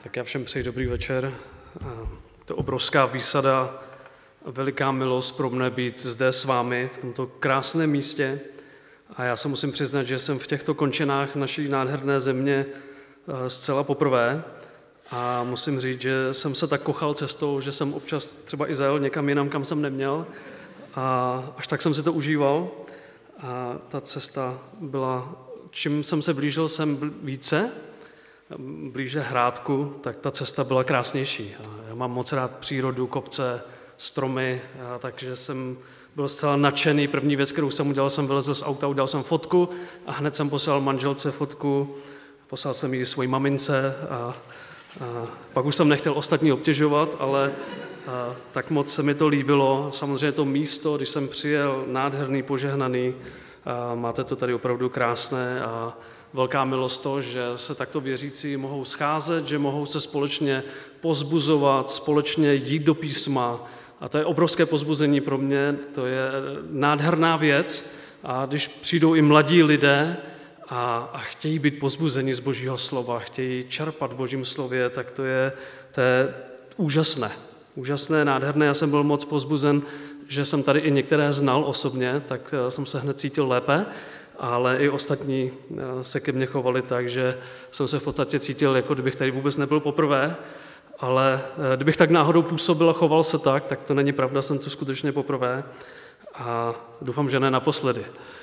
Tak já všem přeji dobrý večer. To obrovská výsada, veliká milost pro mne být zde s vámi v tomto krásném místě. A já se musím přiznat, že jsem v těchto končinách naší nádherné země zcela poprvé. A musím říct, že jsem se tak kochal cestou, že jsem občas třeba i zajel někam jinam, kam jsem neměl. A až tak jsem si to užíval. A ta cesta byla, čím jsem se blížil sem více, blíže Hrádku, tak ta cesta byla krásnější. A já mám moc rád přírodu, kopce, stromy, takže jsem byl zcela nadšený. První věc, kterou jsem udělal, jsem vylezl z auta, udělal jsem fotku a hned jsem poslal manželce fotku, poslal jsem ji svojí mamince a pak už jsem nechtěl ostatní obtěžovat, ale tak moc se mi to líbilo. Samozřejmě to místo, když jsem přijel, nádherný, požehnaný, máte to tady opravdu krásné a velká milost to, že se takto věřící mohou scházet, že mohou se společně pozbuzovat, společně jít do písma. A to je obrovské pozbuzení pro mě, to je nádherná věc. A když přijdou i mladí lidé a chtějí být pozbuzeni z Božího slova, chtějí čerpat v Božím slově, tak to je úžasné. Úžasné, nádherné. Já jsem byl moc pozbuzen, že jsem tady i některé znal osobně, tak jsem se hned cítil lépe. Ale i ostatní se ke mně chovali tak, že jsem se v podstatě cítil, jako kdybych tady vůbec nebyl poprvé, ale kdybych tak náhodou působil a choval se tak to není pravda, jsem tu skutečně poprvé a doufám, že ne naposledy.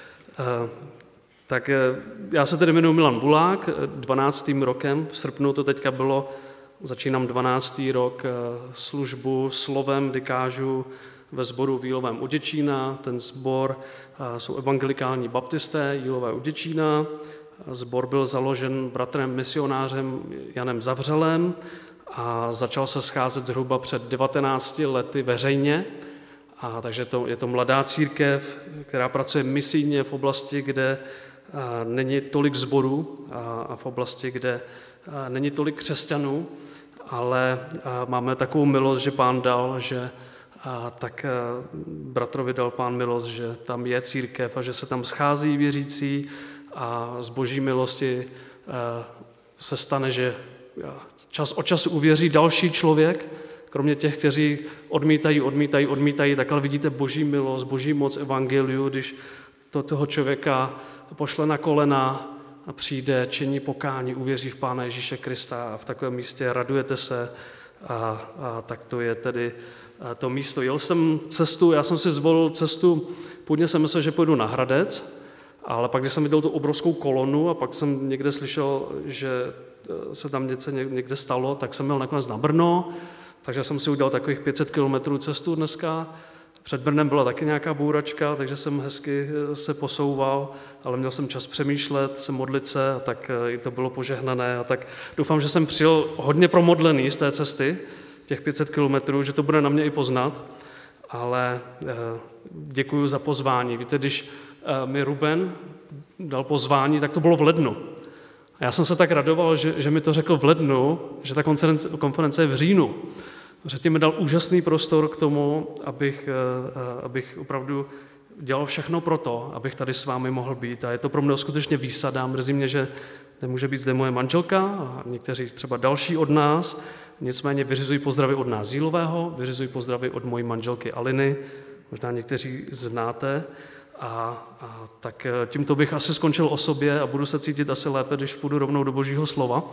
Tak já se tedy jmenuji Milan Bulák, 12. rokem, v srpnu to teďka bylo, začínám 12. rok službu slovem, kdy kážu ve sboru v Jílovém u Děčína. Ten sbor jsou evangelikální baptisté Jílové u Děčína. Sbor byl založen bratrem misionářem Janem Zavřelem a začal se scházet zhruba před 19 lety veřejně. Takže je to mladá církev, která pracuje misijně v oblasti, kde není tolik sborů a v oblasti, kde není tolik křesťanů, ale máme takovou milost, že Pán dal, že tak bratrovi dal Pán milost, že tam je církev a že se tam schází věřící a z Boží milosti se stane, že čas od času uvěří další člověk, kromě těch, kteří odmítají, tak ale vidíte Boží milost, Boží moc evangeliu, když toho člověka pošle na kolena a přijde, činí pokání, uvěří v Pána Ježíše Krista a v takovém místě radujete se a tak to je tedy to místo. Já jsem si zvolil cestu, původně jsem myslel, že pojedu na Hradec, ale pak, když jsem viděl tu obrovskou kolonu a pak jsem někde slyšel, že se tam něco někde stalo, tak jsem měl nakonec na Brno, takže jsem si udělal takových 500 kilometrů cestu dneska. Před Brnem byla taky nějaká bůračka, takže jsem hezky se posouval, ale měl jsem čas přemýšlet, se modlit se, a tak i to bylo požehnané. A tak doufám, že jsem přijel hodně promodlený z té cesty, těch 500 kilometrů, že to bude na mě i poznat, ale děkuji za pozvání. Víte, když mi Ruben dal pozvání, tak to bylo v lednu. A já jsem se tak radoval, že mi to řekl v lednu, že ta konference je v říjnu. Předtím mi dal úžasný prostor k tomu, abych opravdu dělal všechno pro to, abych tady s vámi mohl být. A je to pro mě skutečně výsada. Mrzí mě, že nemůže být zde moje manželka a někteří třeba další od nás. Nicméně vyřizuji pozdravy od nás Jílového, vyřizuji pozdravy od mojí manželky Aliny, možná někteří znáte. Tak tímto bych asi skončil o sobě a budu se cítit asi lépe, když půjdu rovnou do Božího slova.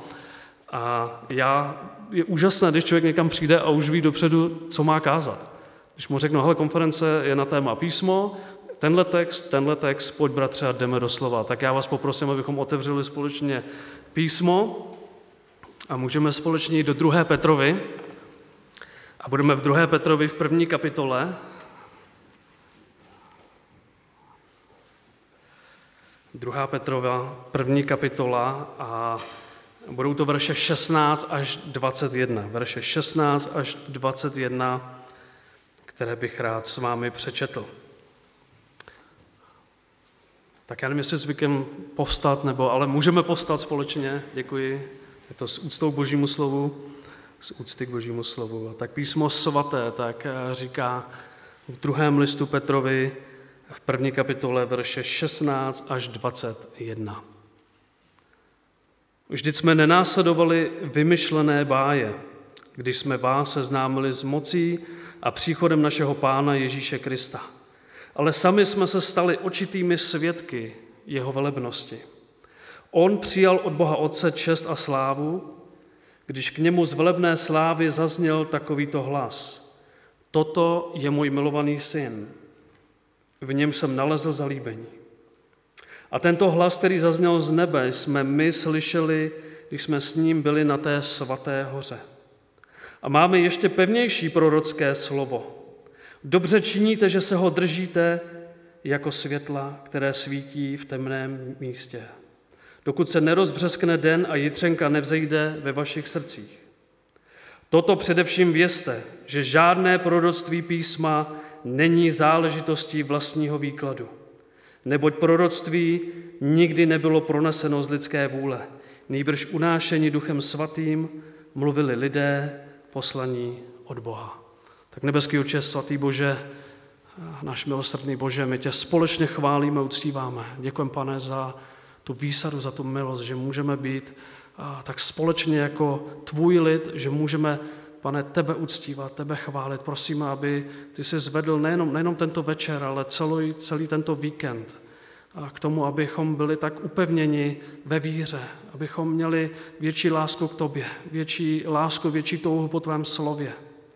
Je úžasné, když člověk někam přijde a už ví dopředu, co má kázat. Když mu řeknu, hele, konference je na téma písmo, tenhle text, pojď bratře a jdeme do slova. Tak já vás poprosím, abychom otevřeli společně písmo a můžeme společně jít do 2. Petrovy. A budeme v 2. Petrovi v 1. kapitole. 2. Petrova, 1. kapitola a budou to verše 16 až 21. Verše 16 až 21, které bych rád s vámi přečetl. Tak já nevím, jestli zvykem povstat, ale můžeme povstat společně. Děkuji. Je to s úctou k Božímu slovu, s úcty k Božímu slovu. Tak písmo svaté tak říká v 2. listu Petrovi v 1. kapitole verše 16 až 21. Vždyť jsme nenásledovali vymyšlené báje, když jsme vás seznámili s mocí a příchodem našeho Pána Ježíše Krista. Ale sami jsme se stali očitými svědky jeho velebnosti. On přijal od Boha Otce čest a slávu, když k němu z velebné slávy zazněl takovýto hlas. Toto je můj milovaný syn, v něm jsem nalezl zalíbení. A tento hlas, který zazněl z nebe, jsme my slyšeli, když jsme s ním byli na té svaté hoře. A máme ještě pevnější prorocké slovo. Dobře činíte, že se ho držíte jako světla, které svítí v temném místě, dokud se nerozbřeskne den a jitřenka nevzejde ve vašich srdcích. Toto především vězte, že žádné proroctví písma není záležitostí vlastního výkladu. Neboť proroctví nikdy nebylo proneseno z lidské vůle, nýbrž unášení Duchem Svatým mluvili lidé poslaní od Boha. Tak nebeský Otče, svatý Bože, náš milosrdný Bože, my tě společně chválíme, uctíváme. Děkujeme, Pane, za tu výsadu, za tu milost, že můžeme být tak společně jako tvůj lid, že můžeme, Pane, tebe uctívat, tebe chválit. Prosíme, aby ty jsi zvedl nejenom tento večer, ale celý tento víkend k tomu, abychom byli tak upevněni ve víře, abychom měli větší lásku k tobě, větší lásku, větší touhu po tvém slově.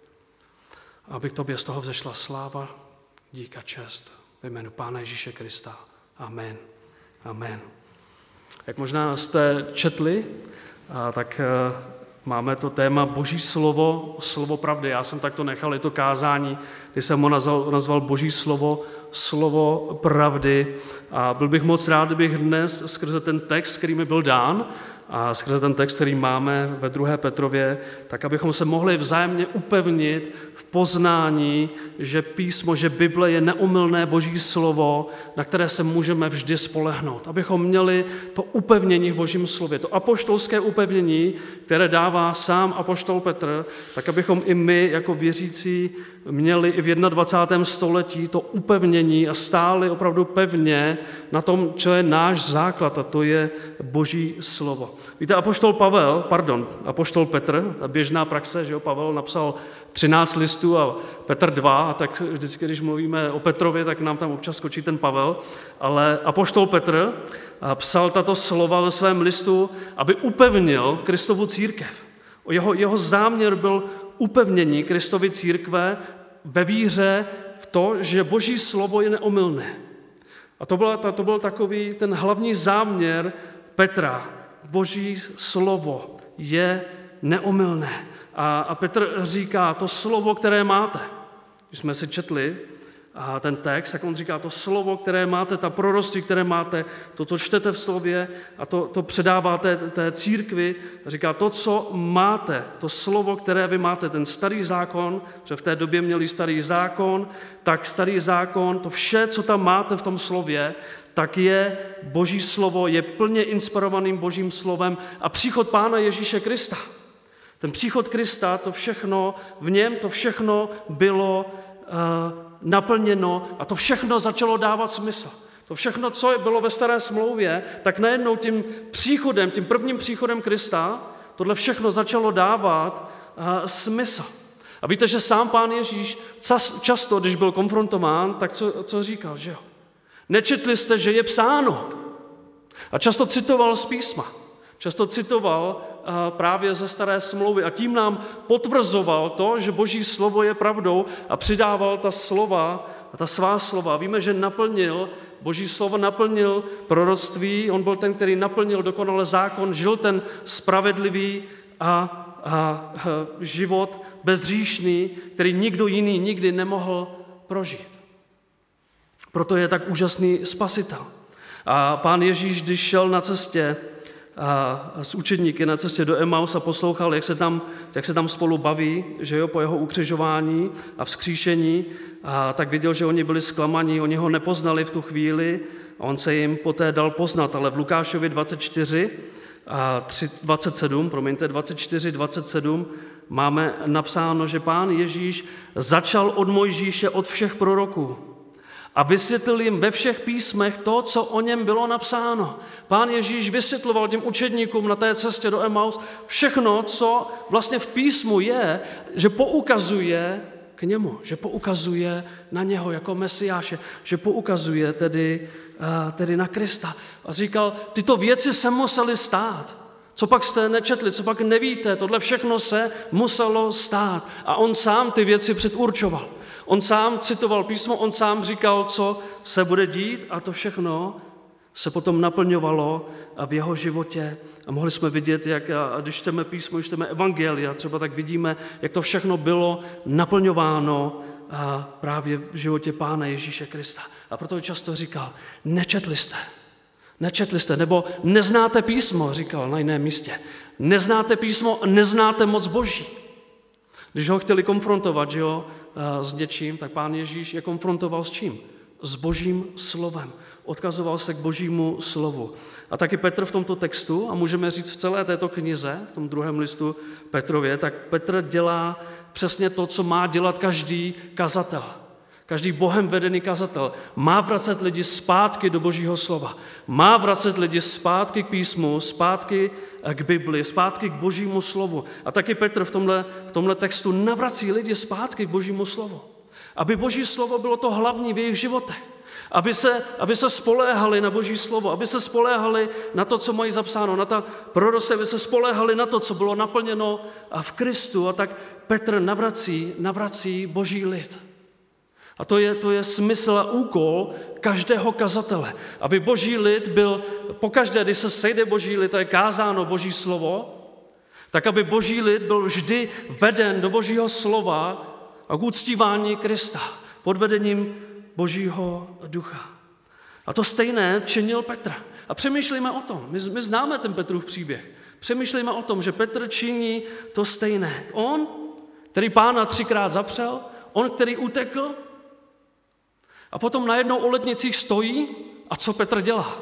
Aby k tobě z toho vzešla sláva, dík a čest ve jménu Pána Ježíše Krista. Amen. Amen. Jak možná jste četli, tak máme to téma Boží slovo, slovo pravdy. Já jsem takto nechal i to kázání, kdy jsem ho nazval Boží slovo, slovo pravdy. A byl bych moc rád, kdybych dnes skrze ten text, který mi byl dán, a skrze ten text, který máme ve 2. Petrově, tak abychom se mohli vzájemně upevnit v poznání, že písmo, že Bible je neomylné Boží slovo, na které se můžeme vždy spolehnout. Abychom měli to upevnění v Božím slově, to apoštolské upevnění, které dává sám apoštol Petr, tak abychom i my jako věřící měli i v 21. století to upevnění a stáli opravdu pevně na tom, co je náš základ, a to je Boží slovo. Víte, apoštol Petr, běžná praxe, že jo, Pavel napsal 13 listů a Petr 2, a tak vždycky, když mluvíme o Petrově, tak nám tam občas skočí ten Pavel, ale apoštol Petr psal tato slova ve svém listu, aby upevnil Kristovu církev. Jeho záměr byl upevnění Kristovy církve ve víře v to, že Boží slovo je neomylné. A to byl takový ten hlavní záměr Petra. Boží slovo je neomylné. A Petr říká, to slovo, které máte, když jsme si četli ten text, tak on říká, to slovo, které máte, ta proroctví, které máte, to čtete v slově a to předáváte té církvi. Říká, to, co máte, to slovo, které vy máte, ten starý zákon, protože v té době měli starý zákon, tak starý zákon, to vše, co tam máte v tom slově, tak je Boží slovo, je plně inspirovaným Božím slovem a příchod Pána Ježíše Krista. Ten příchod Krista, to všechno, v něm to všechno bylo naplněno a to všechno začalo dávat smysl. To všechno, co bylo ve staré smlouvě, tak najednou tím prvním příchodem Krista, tohle všechno začalo dávat smysl. A víte, že sám Pán Ježíš často, když byl konfrontován, tak co říkal, že jo? Nečetli jste, že je psáno. A často citoval z písma. Často citoval právě ze staré smlouvy a tím nám potvrzoval to, že Boží slovo je pravdou a přidával ta svá slova. Víme, že Boží slovo naplnil proroctví, on byl ten, který naplnil dokonale zákon, žil ten spravedlivý a život bezhříšný, který nikdo jiný nikdy nemohl prožít. Proto je tak úžasný spasitel. A Pán Ježíš, když šel na cestě s učedníky na cestě do Emaus a poslouchal, jak se tam spolu baví, že jo, po jeho ukřižování a vzkříšení, tak viděl, že oni byli zklamaní, oni ho nepoznali v tu chvíli a on se jim poté dal poznat, ale v Lukášovi 24:27 máme napsáno, že Pán Ježíš začal od Mojžíše, od všech proroků A vysvětlil jim ve všech písmech to, co o něm bylo napsáno. Pán Ježíš vysvětloval těm učedníkům na té cestě do Emaus všechno, co vlastně v písmu je, že poukazuje k němu, že poukazuje na něho jako Mesiáše, že poukazuje tedy na Krista. A říkal, tyto věci se musely stát. Co pak jste nečetli, co pak nevíte, tohle všechno se muselo stát. A on sám ty věci předurčoval. On sám citoval písmo, on sám říkal, co se bude dít a to všechno se potom naplňovalo v jeho životě. A mohli jsme vidět, jak když čteme písmo, když čteme evangelia, třeba tak vidíme, jak to všechno bylo naplňováno právě v životě Pána Ježíše Krista. A proto často říkal, nečetli jste, nebo neznáte písmo, říkal na jiném místě. Neznáte písmo, neznáte moc Boží. Když ho chtěli konfrontovat, že jo, s něčím, tak Pán Ježíš je konfrontoval s čím? S Božím slovem. Odkazoval se k Božímu slovu. A taky Petr v tomto textu, a můžeme říct v celé této knize, v tom 2. listu Petrově, tak Petr dělá přesně to, co má dělat každý kazatel. Každý Bohem vedený kazatel má vracet lidi zpátky do Božího slova. Má vracet lidi zpátky k písmu, zpátky k Bibli, zpátky k Božímu slovu. A taky Petr v tomhle textu navrací lidi zpátky k Božímu slovu. Aby Boží slovo bylo to hlavní v jejich životech. Aby se spoléhali na Boží slovo, aby se spoléhali na to, co mají zapsáno, na ta proroctví, aby se spoléhali na to, co bylo naplněno v Kristu. A tak Petr navrací Boží lid. A to je smysl a úkol každého kazatele. Aby Boží lid byl, pokaždé, když se sejde Boží lid a je kázáno Boží slovo, tak aby Boží lid byl vždy veden do Božího slova a k uctívání Krista pod vedením Božího ducha. A to stejné činil Petr. A přemýšlejme o tom. My známe ten Petrův příběh. Přemýšlejme o tom, že Petr činí to stejné. On, který Pána 3krát zapřel, on, který utekl, a potom najednou o lednicích stojí a co Petr dělá?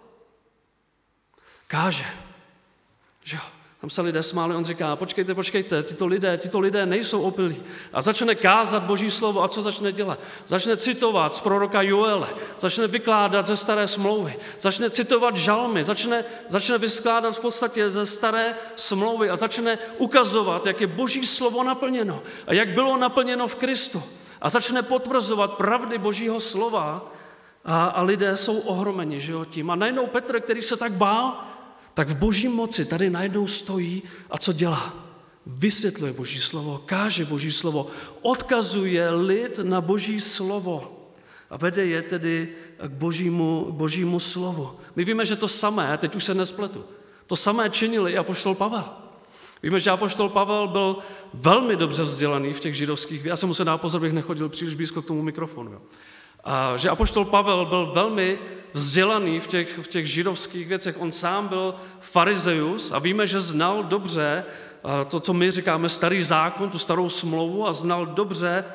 Káže. Že jo? Tam se lidé smáli, on říká, počkejte, tyto lidé nejsou opilí. A začne kázat Boží slovo a co začne dělat? Začne citovat z proroka Joele, začne vykládat ze staré smlouvy, začne citovat žalmy, začne vyskládat v podstatě ze staré smlouvy a začne ukazovat, jak je Boží slovo naplněno a jak bylo naplněno v Kristu. A začne potvrzovat pravdy Božího slova a lidé jsou ohromeni, že jo, tím. A najednou Petr, který se tak bál, tak v Boží moci tady najednou stojí a co dělá? Vysvětluje Boží slovo, káže Boží slovo, odkazuje lid na Boží slovo a vede je tedy k Božímu slovu. My víme, že to samé, teď už se nespletu, to samé činil i apoštol Pavel. Víme, že apoštol Pavel byl velmi dobře vzdělaný v těch židovských, já jsem musel dát pozor, abych nechodil příliš blízko k tomu mikrofonu. Jo. A že apoštol Pavel byl velmi vzdělaný v těch židovských věcech. On sám byl farizeus a víme, že znal dobře to, co my říkáme starý zákon, tu starou smlouvu a znal dobře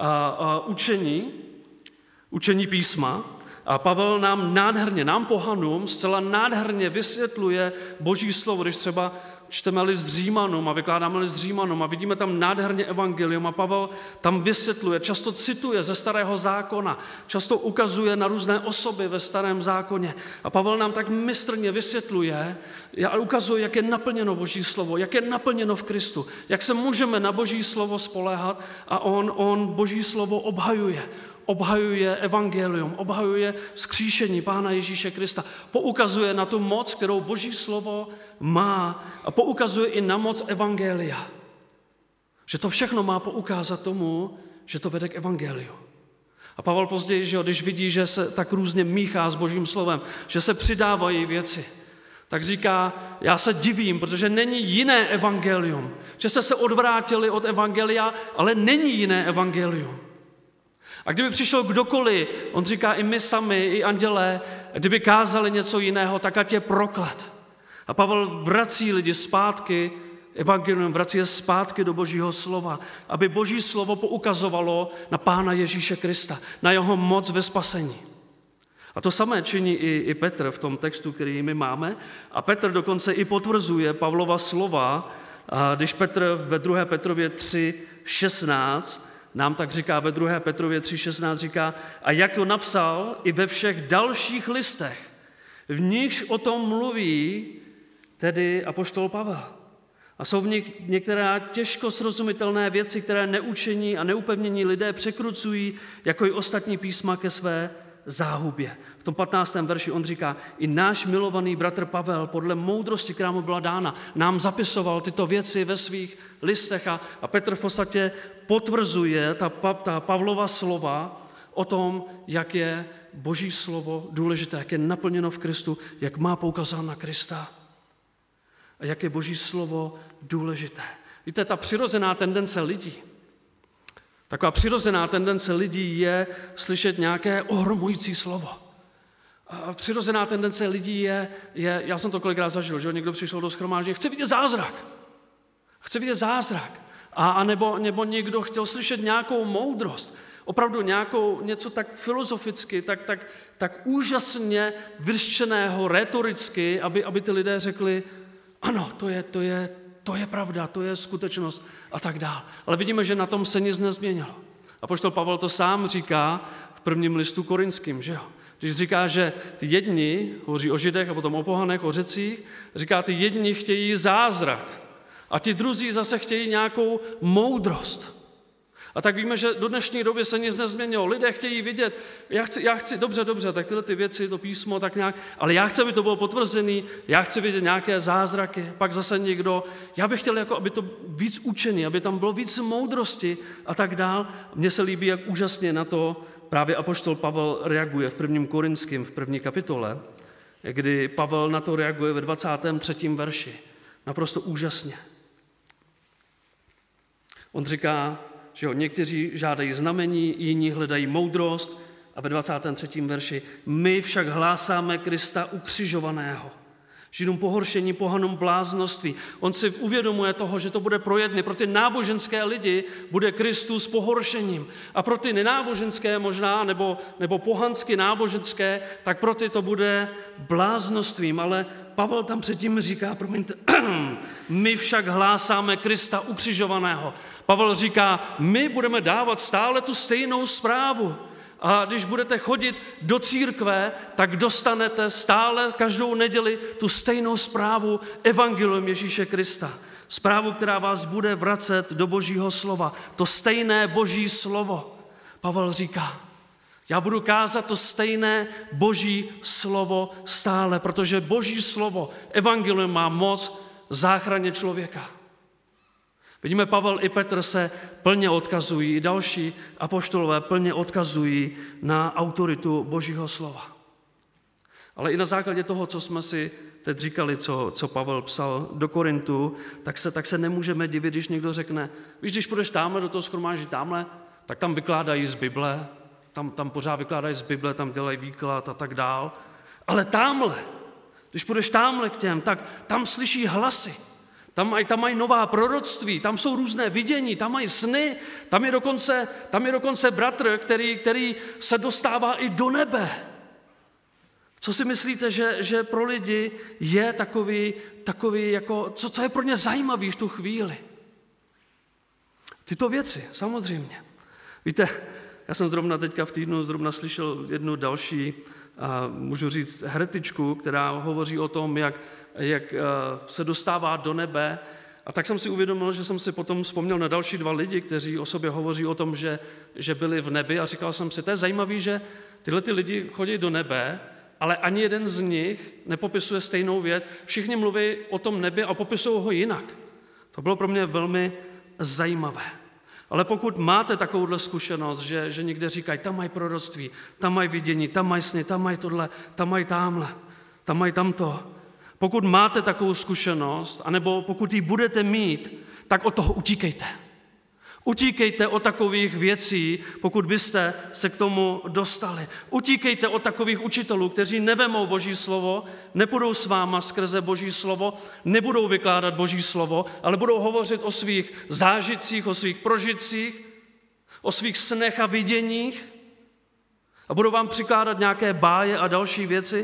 učení písma. A Pavel nám pohanům zcela nádherně vysvětluje Boží slovo, když třeba čteme list Římanům a vykládáme list Římanům a vidíme tam nádherně evangelium a Pavel tam vysvětluje, často cituje ze starého zákona, často ukazuje na různé osoby ve starém zákoně a Pavel nám tak mistrně vysvětluje a ukazuje, jak je naplněno Boží slovo, jak je naplněno v Kristu, jak se můžeme na Boží slovo spoléhat a on Boží slovo obhajuje evangelium, obhajuje vzkříšení Pána Ježíše Krista, poukazuje na tu moc, kterou Boží slovo má a poukazuje i na moc evangelia. Že to všechno má poukázat tomu, že to vede k evangeliu. A Pavel později, že když vidí, že se tak různě míchá s Božím slovem, že se přidávají věci, tak říká, já se divím, protože není jiné evangelium. Že se odvrátili od evangelia, ale není jiné evangelium. A kdyby přišel kdokoliv, on říká i my sami, i andělé, kdyby kázali něco jiného, tak ať je proklet. A Pavel vrací lidi zpátky, evangelium vrací je zpátky do Božího slova, aby Boží slovo poukazovalo na Pána Ježíše Krista, na jeho moc ve spasení. A to samé činí i Petr v tom textu, který my máme. A Petr dokonce i potvrzuje Pavlova slova, když Petr ve 2. Petrově 3:16 Nám tak říká ve 2. Petrově 3,16 říká, a jak to napsal i ve všech dalších listech, v nichž o tom mluví tedy apoštol Pavel. A jsou v nich některé těžko srozumitelné věci, které neučení a neupevnění lidé překrucují jako i ostatní písma ke své záhubě. V tom 15. verši on říká, i náš milovaný bratr Pavel podle moudrosti, která mu byla dána, nám zapisoval tyto věci ve svých listech a Petr v podstatě potvrzuje ta Pavlova slova o tom, jak je Boží slovo důležité, jak je naplněno v Kristu, jak má poukazat na Krista a jak je Boží slovo důležité. Víte, ta přirozená tendence lidí, taková přirozená tendence lidí je slyšet nějaké ohromující slovo. A přirozená tendence lidí je, já jsem to kolikrát zažil, že někdo přišel do shromáždění, chce vidět zázrak. A nebo někdo chtěl slyšet nějakou moudrost, opravdu něco tak filozoficky, tak úžasně vyřčeného, rétoricky, aby ty lidé řekli, ano, to je pravda, to je skutečnost a tak dál. Ale vidíme, že na tom se nic nezměnilo. Apoštol Pavel to sám říká v 1. listu Korinským, že jo? Když říká, že ty jedni, hovoří o Židech a potom o pohanech, o Řecích, říká, ty jedni chtějí zázrak a ti druzí zase chtějí nějakou moudrost. A tak víme, že do dnešní doby se nic nezměnilo. Lidé chtějí vidět, já chci, dobře, tak tyhle ty věci, to písmo, tak nějak, ale já chci, aby to bylo potvrzený, já chci vidět nějaké zázraky, pak zase někdo, já bych chtěl, aby to víc učení, aby tam bylo víc moudrosti a tak dál. Mně se líbí, jak úžasně na to právě apoštol Pavel reaguje v 1. Korinským, v 1. kapitole, kdy Pavel na to reaguje ve 23. verši. Naprosto úžasně. On říká, že jo, někteří žádají znamení, jiní hledají moudrost a ve 23. verši my však hlásáme Krista ukřižovaného. Židům pohoršení, pohanům bláznoství. On si uvědomuje toho, že to bude pro jedny, pro ty náboženské lidi bude Kristus pohoršením. A pro ty nenáboženské možná, nebo pohansky náboženské, tak pro ty to bude bláznostvím. Ale Pavel tam předtím říká, promiňte, my však hlásáme Krista ukřižovaného. Pavel říká, my budeme dávat stále tu stejnou zprávu. A když budete chodit do církve, tak dostanete stále každou neděli tu stejnou zprávu evangelium Ježíše Krista. Zprávu, která vás bude vracet do Božího slova. To stejné Boží slovo. Pavel říká, já budu kázat to stejné Boží slovo stále, protože Boží slovo, evangelium má moc záchraně člověka. Vidíme, Pavel i Petr se plně odkazují, i další apoštolové plně odkazují na autoritu Božího slova. Ale i na základě toho, co jsme si teď říkali, co Pavel psal do Korintu, tak se nemůžeme divit, když někdo řekne, víš, když půjdeš tamhle do toho shromáždění, tamhle, tak tam vykládají z Bible, tam pořád vykládají z Bible, tam dělají výklad a tak dál. Ale tamhle, když půjdeš tamhle k těm, tak tam slyší hlasy. Tam mají nová proroctví, tam jsou různé vidění, tam mají sny, tam je dokonce bratr, který se dostává i do nebe. Co si myslíte, že pro lidi je takový jako, co je pro ně zajímavý v tu chvíli? Tyto věci, samozřejmě. Víte, já jsem zrovna teďka v týdnu slyšel jednu další, můžu říct, heretičku, která hovoří o tom, jak se dostává do nebe. A tak jsem si uvědomil, že jsem si potom vzpomněl na další 2 lidi, kteří o sobě hovoří o tom, že byli v nebi. A říkal jsem si, to je zajímavé, že tyhle ty lidi chodí do nebe, ale ani jeden z nich nepopisuje stejnou věc. Všichni mluví o tom nebi a popisují ho jinak. To bylo pro mě velmi zajímavé. Ale pokud máte takovouhle zkušenost, že někde říkají, tam mají proroctví, tam mají vidění, tam mají sny, tam mají tohle, tam mají tamhle, tam mají tamto. Pokud máte takovou zkušenost, anebo pokud ji budete mít, tak od toho utíkejte. Utíkejte od takových věcí, pokud byste se k tomu dostali. Utíkejte od takových učitelů, kteří nevemou Boží slovo, nepůjdou s váma skrze Boží slovo, nebudou vykládat Boží slovo, ale budou hovořit o svých zážitcích, o svých prožitcích, o svých snech a viděních a budou vám přikládat nějaké báje a další věci,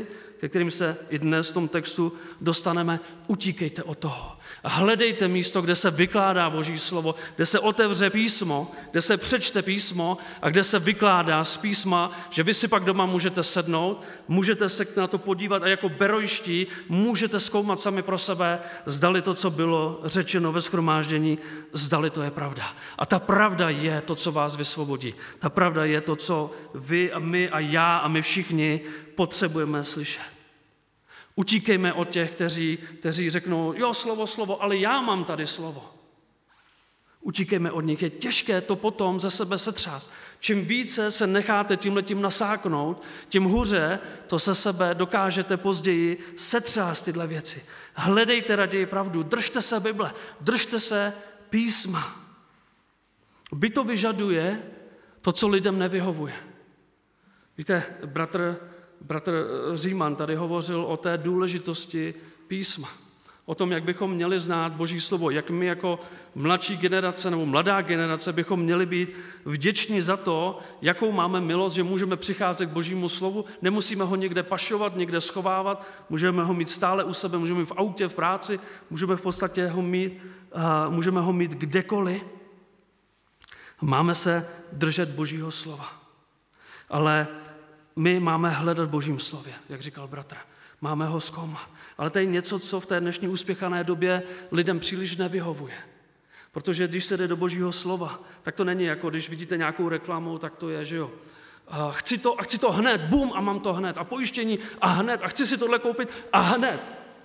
ke kterým se i dnes v tom textu dostaneme, utíkejte od toho. Hledejte místo, kde se vykládá Boží slovo, kde se otevře písmo, kde se přečte písmo a kde se vykládá z písma, že vy si pak doma můžete sednout, můžete se na to podívat a jako berojští můžete zkoumat sami pro sebe, zdali to, co bylo řečeno ve shromáždění, zdali to je pravda. A ta pravda je to, co vás vysvobodí. Ta pravda je to, co vy a my a já a my všichni potřebujeme slyšet. Utíkejme od těch, kteří řeknou, jo, slovo, ale já mám tady slovo. Utíkejme od nich. Je těžké to potom ze sebe setřást. Čím více se necháte tímhletím nasáknout, tím hůře to se sebe dokážete později setřást tyhle věci. Hledejte raději pravdu, držte se Bible, držte se písma. Byť to vyžaduje to, co lidem nevyhovuje. Víte, bratr Říman tady hovořil o té důležitosti písma. O tom, jak bychom měli znát Boží slovo, jak my jako mladší generace nebo mladá generace bychom měli být vděční za to, jakou máme milost, že můžeme přicházet k Božímu slovu, nemusíme ho někde pašovat, někde schovávat, můžeme ho mít stále u sebe, můžeme mít v autě, v práci, můžeme v podstatě můžeme ho mít kdekoliv. Máme se držet Božího slova. Ale my máme hledat Božím slově, jak říkal bratr. Máme ho zkoumat. Ale to je něco, co v té dnešní uspěchané době lidem příliš nevyhovuje. Protože když se jde do Božího slova, tak to není jako když vidíte nějakou reklamu, tak to je, že jo. Chci to hned, bum, a mám to hned. A pojištění a hned. A chci si tohle koupit a hned.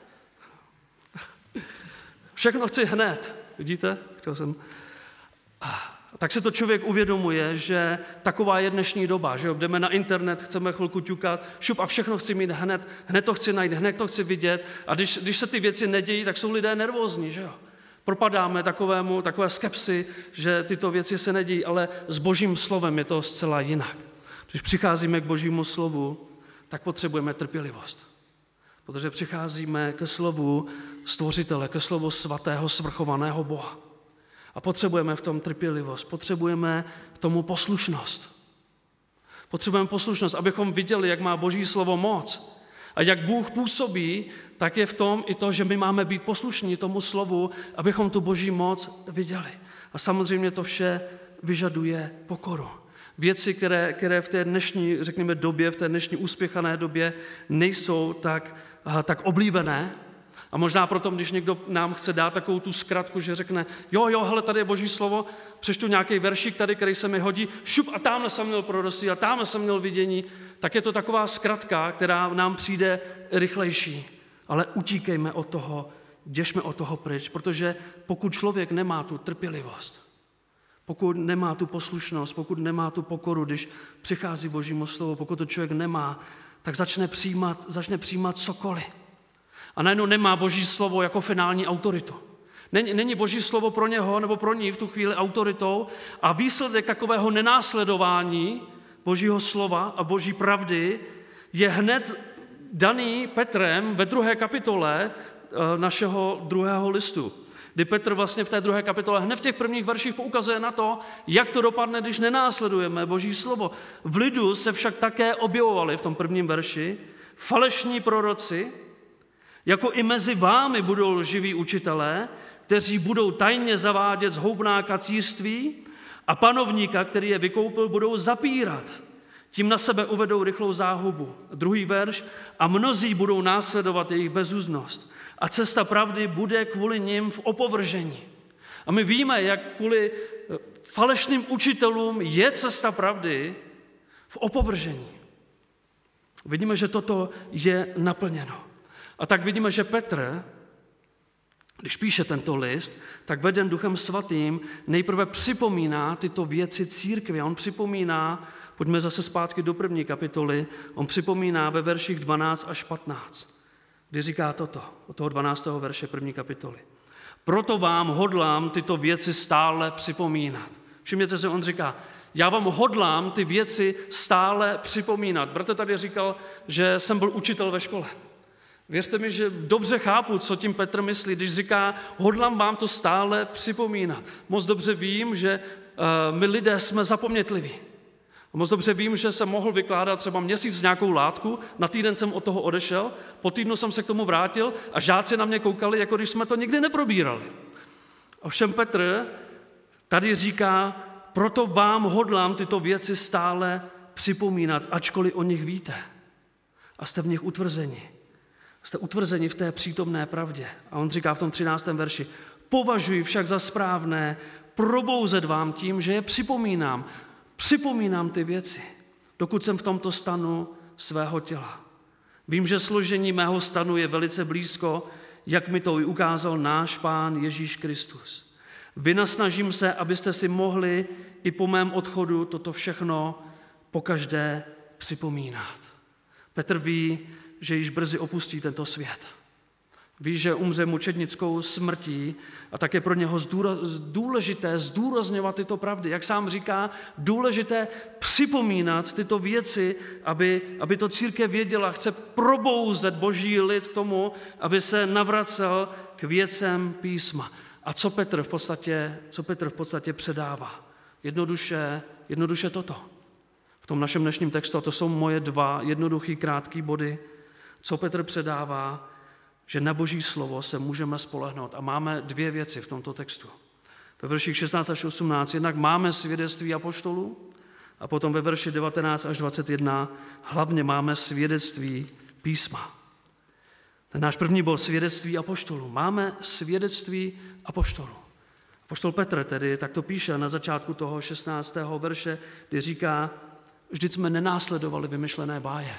Všechno chci hned. Vidíte? Tak se to člověk uvědomuje, že taková je dnešní doba, že jo, jdeme na internet, chceme chvilku ťukat, šup a všechno chci mít hned to chci najít, hned to chci vidět a když se ty věci nedějí, tak jsou lidé nervózní, že jo. Propadáme takové skepsy, že tyto věci se nedějí, ale s Božím slovem je to zcela jinak. Když přicházíme k Božímu slovu, tak potřebujeme trpělivost, protože přicházíme ke slovu Stvořitele, ke slovu svatého, svrchovaného Boha. A potřebujeme v tom trpělivost, potřebujeme k tomu poslušnost. Potřebujeme poslušnost, abychom viděli, jak má Boží slovo moc. A jak Bůh působí, tak je v tom i to, že my máme být poslušní tomu slovu, abychom tu Boží moc viděli. A samozřejmě to vše vyžaduje pokoru. Věci, které v té dnešní, řekněme, době, v té dnešní uspěchané době nejsou tak oblíbené. A možná proto, když někdo nám chce dát takovou tu zkratku, že řekne, jo, hele, tady je Boží slovo, přečtu nějaký veršík tady, který se mi hodí, šup a tamhle jsem měl proroctví a tamhle jsem měl vidění, tak je to taková zkratka, která nám přijde rychlejší. Ale utíkejme od toho, běžme od toho pryč, protože pokud člověk nemá tu trpělivost, pokud nemá tu poslušnost, pokud nemá tu pokoru, když přichází Božímu slovu, pokud to člověk nemá, tak začne přijímat cokoliv. A najednou nemá Boží slovo jako finální autoritu. Není Boží slovo pro něho nebo pro ní v tu chvíli autoritou a výsledek takového nenásledování Božího slova a Boží pravdy je hned daný Petrem ve 2. kapitole našeho 2. listu. Kdy Petr vlastně v té 2. kapitole hned v těch prvních verších poukazuje na to, jak to dopadne, když nenásledujeme Boží slovo. V lidu se však také objevovali v tom 1. verši falešní proroci, jako i mezi vámi budou lživí učitelé, kteří budou tajně zavádět zhoubná kacířství a panovníka, který je vykoupil, budou zapírat. Tím na sebe uvedou rychlou záhubu. 2. verš. A mnozí budou následovat jejich bezúznost. A cesta pravdy bude kvůli nim v opovržení. A my víme, jak kvůli falešným učitelům je cesta pravdy v opovržení. Vidíme, že toto je naplněno. A tak vidíme, že Petr, když píše tento list, tak veden Duchem Svatým nejprve připomíná tyto věci církvi. On připomíná, pojďme zase zpátky do 1. kapitoly, on připomíná ve verších 12 až 15, kdy říká toto, od toho 12. verše 1. kapitoly. Proto vám hodlám tyto věci stále připomínat. Všimněte se, on říká, já vám hodlám ty věci stále připomínat. Bratr tady říkal, že jsem byl učitel ve škole. Věřte mi, že dobře chápu, co tím Petr myslí, když říká, hodlám vám to stále připomínat. Moc dobře vím, že my lidé jsme zapomnětliví. A moc dobře vím, že jsem mohl vykládat třeba měsíc nějakou látku, na týden jsem od toho odešel, po týdnu jsem se k tomu vrátil a žáci na mě koukali, jako když jsme to nikdy neprobírali. Ovšem Petr tady říká, proto vám hodlám tyto věci stále připomínat, ačkoliv o nich víte. A jste v nich utvrzeni. Jste utvrzeni v té přítomné pravdě. A on říká v tom 13. verši, považuji však za správné probouzet vám tím, že je připomínám. Připomínám ty věci, dokud jsem v tomto stanu svého těla. Vím, že složení mého stanu je velice blízko, jak mi to i ukázal náš Pán Ježíš Kristus. Vynasnažím se, abyste si mohli i po mém odchodu toto všechno pokaždé připomínat. Petr ví, že již brzy opustí tento svět. Ví, že umře mučednickou smrtí a tak je pro něho důležité zdůrazňovat tyto pravdy. Jak sám říká, důležité připomínat tyto věci, aby to církev věděla. Chce probouzet boží lid k tomu, aby se navracel k věcem písma. A co Petr v podstatě předává? Jednoduše toto. V tom našem dnešním textu, a to jsou moje 2 jednoduchý, krátký body, co Petr předává, že na Boží slovo se můžeme spolehnout. A máme 2 věci v tomto textu. Ve verších 16 až 18 jednak máme svědectví apoštolů a potom ve verši 19 až 21 hlavně máme svědectví písma. Ten náš první bod, svědectví apoštolů. Máme svědectví apoštolů. Apoštol Petr tedy takto píše na začátku toho 16. verše, kdy říká, vždyť jsme nenásledovali vymyšlené báje.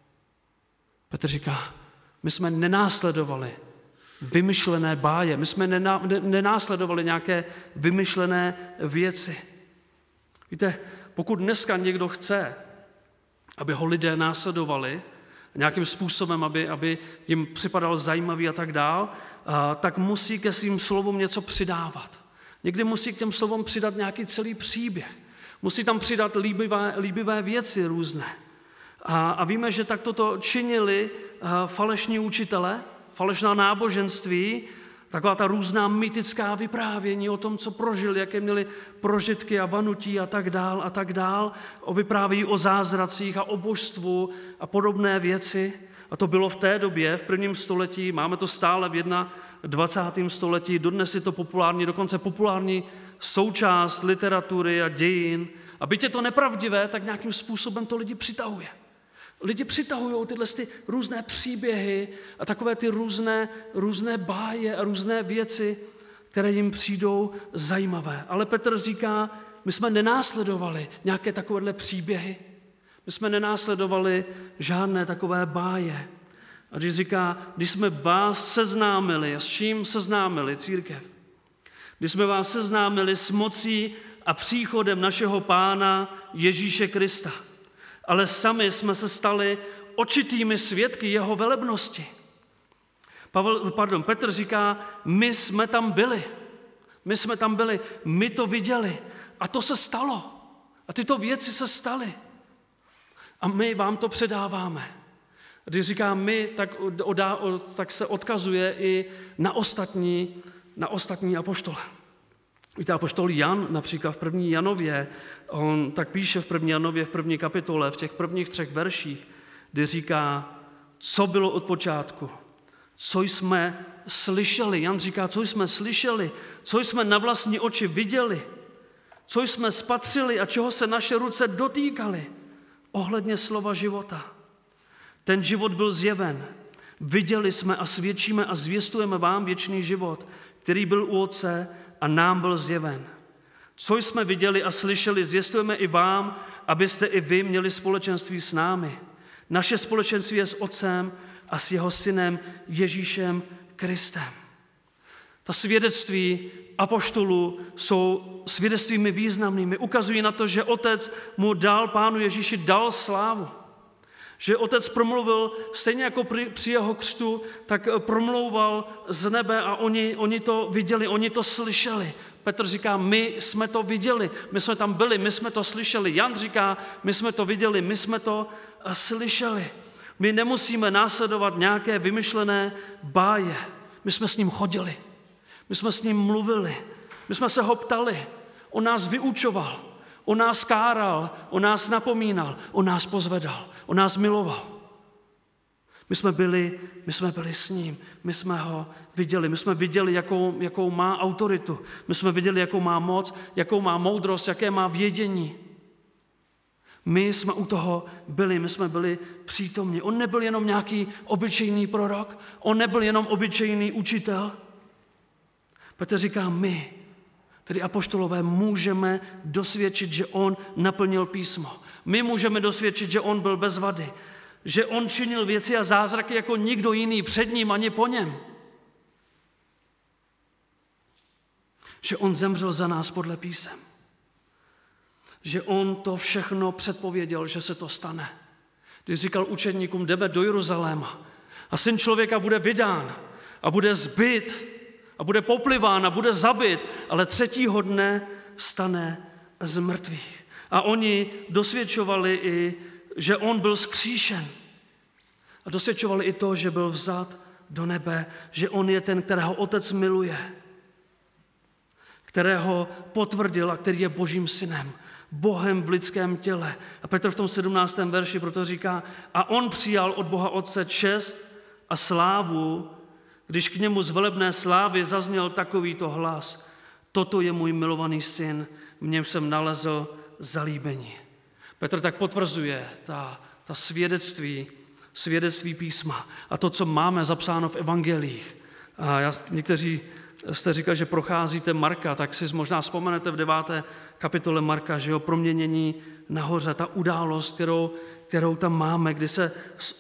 Petr říká, my jsme nenásledovali vymyšlené báje, my jsme nenásledovali nějaké vymyšlené věci. Víte, pokud dneska někdo chce, aby ho lidé následovali nějakým způsobem, aby jim připadal zajímavý a tak dál, tak musí ke svým slovům něco přidávat. Někdy musí k těm slovům přidat nějaký celý příběh. Musí tam přidat líbivé věci různé. A víme, že takto to činili falešní učitele, falešná náboženství, taková ta různá mytická vyprávění o tom, co prožili, jaké měli prožitky a vanutí a tak dál. Vyprávějí o zázracích a o božstvu a podobné věci. A to bylo v té době, v 1. století, máme to stále v 21. století, dodnes je to dokonce populární součást literatury a dějin. A byť je to nepravdivé, tak nějakým způsobem to lidi přitahuje. Lidi přitahují tyhle různé příběhy a takové ty různé báje a různé věci, které jim přijdou zajímavé. Ale Petr říká, my jsme nenásledovali nějaké takovéhle příběhy, my jsme nenásledovali žádné takové báje. A když říká, když jsme vás seznámili, a s čím seznámili církev? Když jsme vás seznámili s mocí a příchodem našeho Pána Ježíše Krista. Ale sami jsme se stali očitými svědky jeho velebnosti. Petr říká, my jsme tam byli, my to viděli a to se stalo. A tyto věci se staly. A my vám to předáváme. Když říká my, tak se odkazuje i na ostatní apoštole. Víte, apoštol Jan například v 1. Janově, on tak píše v 1. Janově v 1. kapitole, v těch prvních 3 verších, kdy říká, co bylo od počátku, co jsme slyšeli. Jan říká, co jsme slyšeli, co jsme na vlastní oči viděli, co jsme spatřili a čeho se naše ruce dotýkaly ohledně slova života. Ten život byl zjeven. Viděli jsme a svědčíme a zvěstujeme vám věčný život, který byl u Otce a nám byl zjeven. Co jsme viděli a slyšeli, zvěstujeme i vám, abyste i vy měli společenství s námi. Naše společenství je s Otcem a s jeho Synem Ježíšem Kristem. Ta svědectví apoštolů jsou svědectvími významnými. Ukazují na to, že Otec mu dal, Pánu Ježíši dal slávu. Že Otec promluvil, stejně jako při jeho křtu, tak promlouval z nebe a oni to viděli, oni to slyšeli. Petr říká, my jsme to viděli, my jsme tam byli, my jsme to slyšeli. Jan říká, my jsme to viděli, my jsme to slyšeli. My nemusíme následovat nějaké vymyšlené báje. My jsme s ním chodili, my jsme s ním mluvili, my jsme se ho ptali, on nás vyučoval, On nás káral, on nás napomínal, on nás pozvedal, on nás miloval. My jsme byli s ním, my jsme ho viděli, jakou má autoritu, my jsme viděli, jakou má moc, jakou má moudrost, jaké má vědění. My jsme u toho byli, my jsme byli přítomni. On nebyl jenom nějaký obyčejný prorok, on nebyl jenom obyčejný učitel. Petr říká, my, tedy apoštolové, můžeme dosvědčit, že on naplnil písmo. My můžeme dosvědčit, že on byl bez vady, že on činil věci a zázraky jako nikdo jiný před ním ani po něm. Že on zemřel za nás podle písem. Že on to všechno předpověděl, že se to stane. Když říkal učedníkům, jdeme do Jeruzaléma a Syn člověka bude vydán a bude zbyt a bude popliván a bude zabit, ale 3. dne vstane z mrtvých. A oni dosvědčovali i, že on byl vzkříšen. A dosvědčovali i to, že byl vzat do nebe, že on je ten, kterého Otec miluje, kterého potvrdil a který je Božím synem, Bohem v lidském těle. A Petr v tom 17. verši proto říká, a on přijal od Boha Otce čest a slávu, když k němu z velebné slávy zazněl takovýto hlas. Toto je můj milovaný syn, v něm jsem nalezl zalíbení. Petr tak potvrzuje ta svědectví písma a to, co máme zapsáno v evangelích. A někteří jste říkali, že procházíte Marka, tak si možná vzpomenete v 9. kapitole Marka, že jo, proměnění nahoře, ta událost, kterou tam máme, kdy se z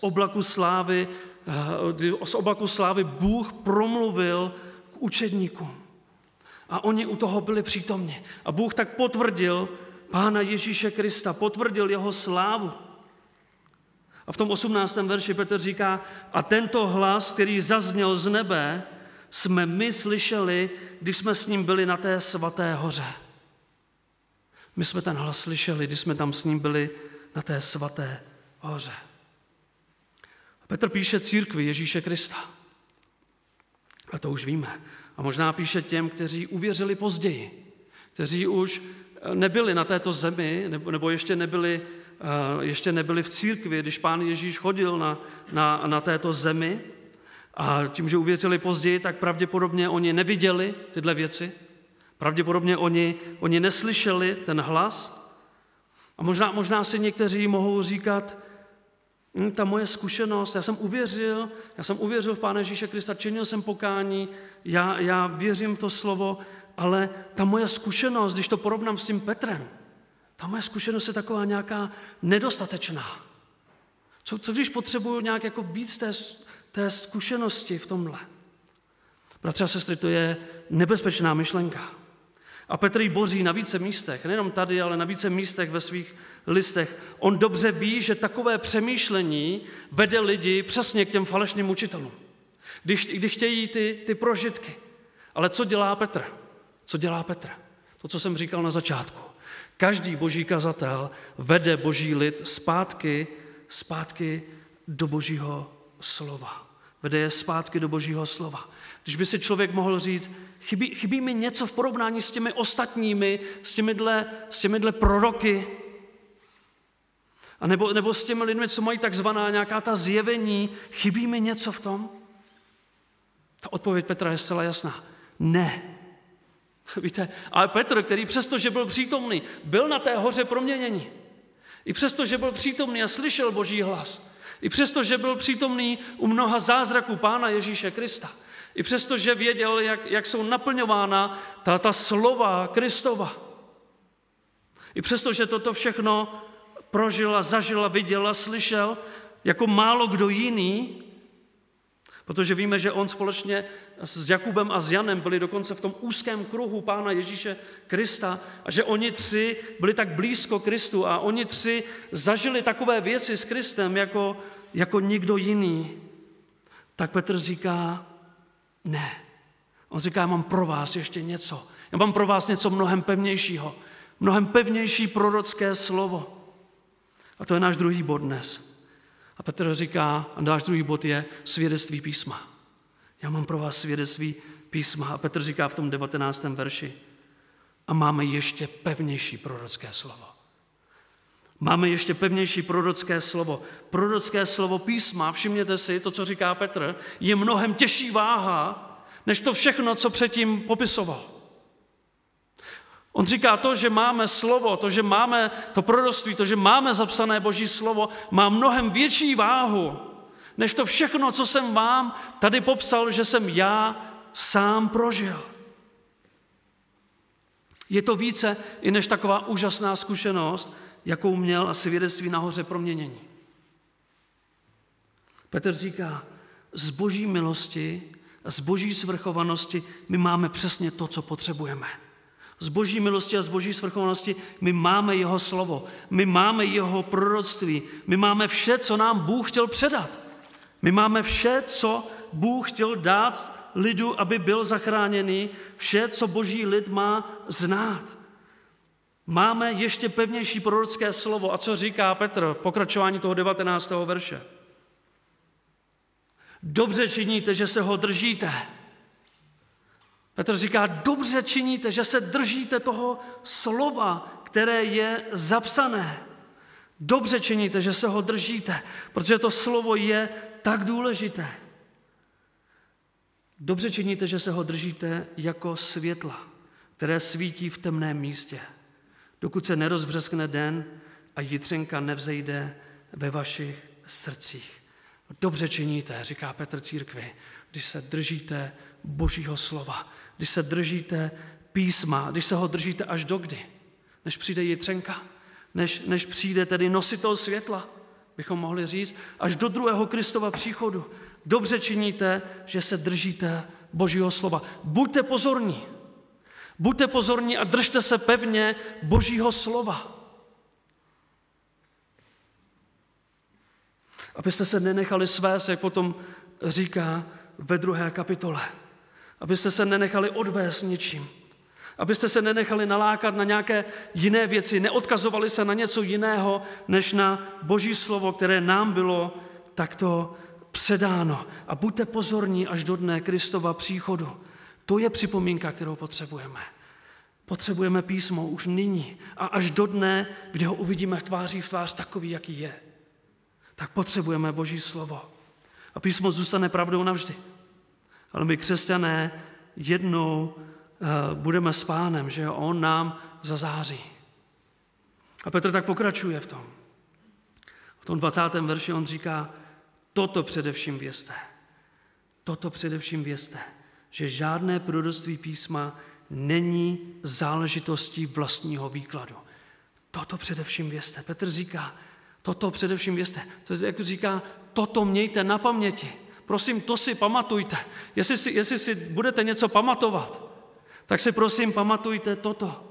oblaku slávy Bůh promluvil k učedníkům. A oni u toho byli přítomni. A Bůh tak potvrdil Pána Ježíše Krista, potvrdil jeho slávu. A v tom 18. verši Petr říká, a tento hlas, který zazněl z nebe, jsme my slyšeli, když jsme s ním byli na té svaté hoře. My jsme ten hlas slyšeli, když jsme tam s ním byli na té svaté hoře. A Petr píše církvi Ježíše Krista. A to už víme. A možná píše těm, kteří uvěřili později, kteří už nebyli na této zemi, nebo ještě nebyli v církvi, když Pán Ježíš chodil na této zemi. A tím, že uvěřili později, tak pravděpodobně oni neviděli tyhle věci. Pravděpodobně oni neslyšeli ten hlas. A možná si někteří mohou říkat, ta moje zkušenost, já jsem uvěřil v Pána Ježíše Krista, činil jsem pokání, já věřím v to slovo, ale ta moje zkušenost, když to porovnám s tím Petrem, ta moje zkušenost je taková nějaká nedostatečná. Co když potřebuju nějak jako víc té zkušenosti v tomhle? Bratři a sestry, to je nebezpečná myšlenka. A Petr ji boří na více místech, nejenom tady, ale na více místech ve svých listech. On dobře ví, že takové přemýšlení vede lidi přesně k těm falešným učitelům. Kdy chtějí ty prožitky. Ale co dělá Petr? To, co jsem říkal na začátku. Každý boží kazatel vede boží lid zpátky do božího slova. Vede je zpátky do božího slova. Když by si člověk mohl říct, chybí mi něco v porovnání s těmi ostatními, s těmihle proroky, a nebo s těmi lidmi, co mají takzvaná nějaká ta zjevení, chybí mi něco v tom? Ta odpověď Petra je zcela jasná. Ne. Víte, ale Petr, který přesto, že byl přítomný, byl na té hoře proměnění. I přesto, že byl přítomný a slyšel boží hlas. I přesto, že byl přítomný u mnoha zázraků Pána Ježíše Krista. I přesto, že věděl, jak jsou naplňována ta slova Kristova. I přesto, že toto všechno prožil a zažil a viděl a slyšel jako málo kdo jiný, protože víme, že on společně s Jakubem a s Janem byli dokonce v tom úzkém kruhu Pána Ježíše Krista a že oni tři byli tak blízko Kristu a oni tři zažili takové věci s Kristem jako nikdo jiný. Tak Petr říká, ne. On říká, já mám pro vás ještě něco. Já mám pro vás něco mnohem pevnějšího. Mnohem pevnější prorocké slovo. A to je náš druhý bod dnes. A Petr říká, a náš druhý bod je svědectví písma. Já mám pro vás svědectví písma. A Petr říká v tom 19. verši, a máme ještě pevnější prorocké slovo. Máme ještě pevnější prorocké slovo. Prorocké slovo písma, všimněte si, to, co říká Petr, je mnohem těžší váha, než to všechno, co předtím popisoval. On říká to, že máme slovo, to, že máme to proroctví, to, že máme zapsané Boží slovo, má mnohem větší váhu, než to všechno, co jsem vám tady popsal, že jsem já sám prožil. Je to více i než taková úžasná zkušenost, jakou měl a svědectví nahoře proměnění. Petr říká, z Boží milosti a z Boží svrchovanosti my máme přesně to, co potřebujeme. Z Boží milosti a z Boží svrchovanosti my máme jeho slovo, my máme jeho proroctví, my máme vše, co nám Bůh chtěl předat. My máme vše, co Bůh chtěl dát lidu, aby byl zachráněný, vše, co Boží lid má znát. Máme ještě pevnější prorocké slovo. A co říká Petr v pokračování toho 19. verše? Dobře činíte, že se ho držíte. Petr říká, dobře činíte, že se držíte toho slova, které je zapsané. Dobře činíte, že se ho držíte, protože to slovo je tak důležité. Dobře činíte, že se ho držíte jako světla, které svítí v temném místě, dokud se nerozbřeskne den a jitřenka nevzejde ve vašich srdcích. Dobře činíte, říká Petr církvi, když se držíte Božího slova, když se držíte písma, když se ho držíte až dokdy, než přijde jitřenka, než přijde tedy nositel světla, bychom mohli říct, až do druhého Kristova příchodu. Dobře činíte, že se držíte Božího slova. Buďte pozorní. Buďte pozorní a držte se pevně Božího slova. Abyste se nenechali svést, jak potom říká ve 2. kapitole. Abyste se nenechali odvést ničím. Abyste se nenechali nalákat na nějaké jiné věci, neodkazovali se na něco jiného, než na Boží slovo, které nám bylo takto předáno. A buďte pozorní až do dne Kristova příchodu. To je připomínka, kterou potřebujeme. Potřebujeme písmo už nyní a až do dne, kdy ho uvidíme tváří v tvář takový, jaký je. Tak potřebujeme Boží slovo. A písmo zůstane pravdou navždy. Ale my, křesťané, jednou budeme s Pánem, že on nám zazáří. A Petr tak pokračuje v tom. V tom 20. verši on říká, toto především vězte. Toto především vězte, že žádné proroctví písma není záležitostí vlastního výkladu. Toto především vězte. Petr říká, toto především vězte. To je, jak říká, toto mějte na paměti. Prosím, to si pamatujte. Jestli si budete něco pamatovat, tak si prosím pamatujte toto.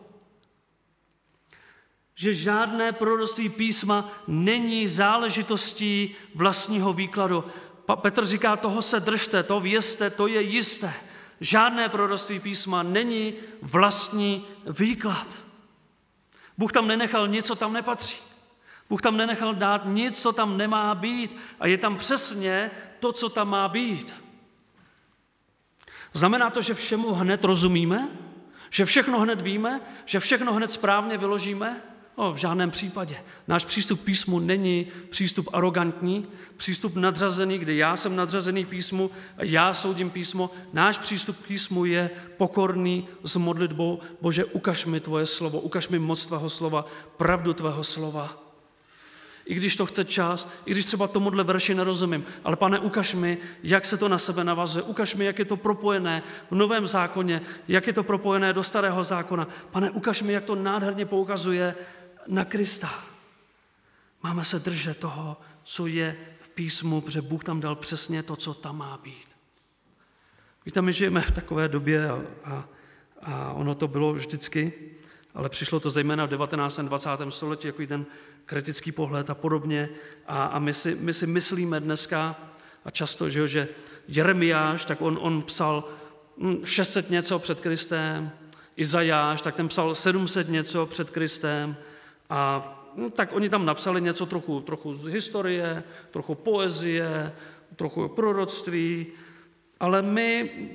Že žádné proroctví písma není záležitostí vlastního výkladu. Petr říká, toho se držte, to vězte, to je jisté. Žádné proroctví písma není vlastní výklad. Bůh tam nenechal nic, co tam nepatří. Bůh tam nenechal dát nic, co tam nemá být. A je tam přesně to, co tam má být. Znamená to, že všemu hned rozumíme? Že všechno hned víme? Že všechno hned správně vyložíme? V žádném případě. Náš přístup k písmu není přístup arrogantní, přístup nadřazený, kdy já jsem nadřazený písmu a já soudím písmo. Náš přístup k písmu je pokorný s modlitbou. Bože, ukaž mi tvoje slovo, ukaž mi moc tvého slova, pravdu tvého slova. I když to chce čas, i když třeba tomuhle verši nerozumím, ale Pane, ukaž mi, jak se to na sebe navazuje, ukaž mi, jak je to propojené v Novém zákoně, jak je to propojené do Starého zákona. Pane, ukaž mi, jak to nádherně poukazuje na Krista. Máme se držet toho, co je v písmu, protože Bůh tam dal přesně to, co tam má být. Víte, my žijeme v takové době a ono to bylo vždycky, ale přišlo to zejména v 19. a 20. století, jako ten kritický pohled a podobně. A my si myslíme dneska, a často, že Jeremiáš, tak on psal 600 něco před Kristem, Izajáš, tak ten psal 700 něco před Kristem. A tak oni tam napsali něco trochu z historie, trochu poezie, trochu proroctví, ale my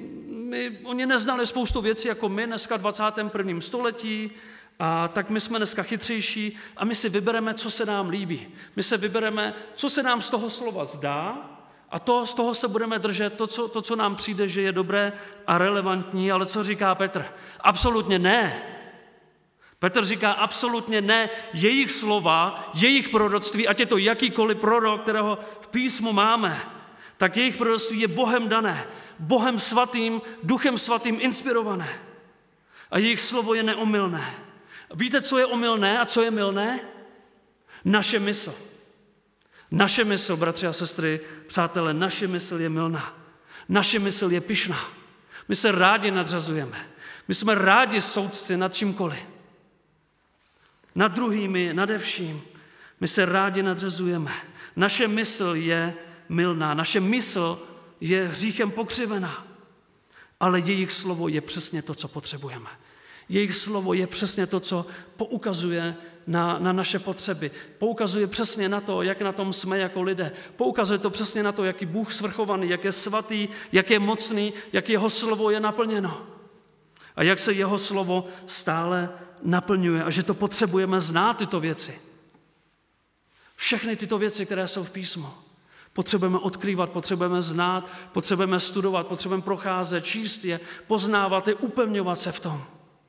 Oni neznali spoustu věcí jako my dneska v 21. století, a tak my jsme dneska chytřejší a my si vybereme, co se nám líbí. My se vybereme, co se nám z toho slova zdá a z toho se budeme držet, to, co nám přijde, že je dobré a relevantní, ale co říká Petr? Absolutně ne. Petr říká absolutně ne, jejich slova, jejich proroctví, ať je to jakýkoliv prorok, kterého v písmu máme, tak jejich proroctví je Bohem dané, Bohem svatým, Duchem svatým inspirované. A jejich slovo je neomylné. Víte, co je omylné a co je mylné? Naše mysl. Naše mysl, bratři a sestry, přátelé, naše mysl je mylná. Naše mysl je pyšná. My se rádi nadřazujeme. My jsme rádi soudci nad čímkoliv. Nad druhými, nade vším. My se rádi nadřazujeme. Naše mysl je mylná. Naše mysl je hříchem pokřivená. Ale jejich slovo je přesně to, co potřebujeme. Jejich slovo je přesně to, co poukazuje na naše potřeby. Poukazuje přesně na to, jak na tom jsme jako lidé. Poukazuje to přesně na to, jak je Bůh svrchovaný, jak je svatý, jak je mocný, jak jeho slovo je naplněno. A jak se jeho slovo stále naplňuje a že to potřebujeme znát tyto věci. Všechny tyto věci, které jsou v písmu, potřebujeme odkrývat, potřebujeme znát, potřebujeme studovat, potřebujeme procházet, číst je, poznávat je, upevňovat se v tom.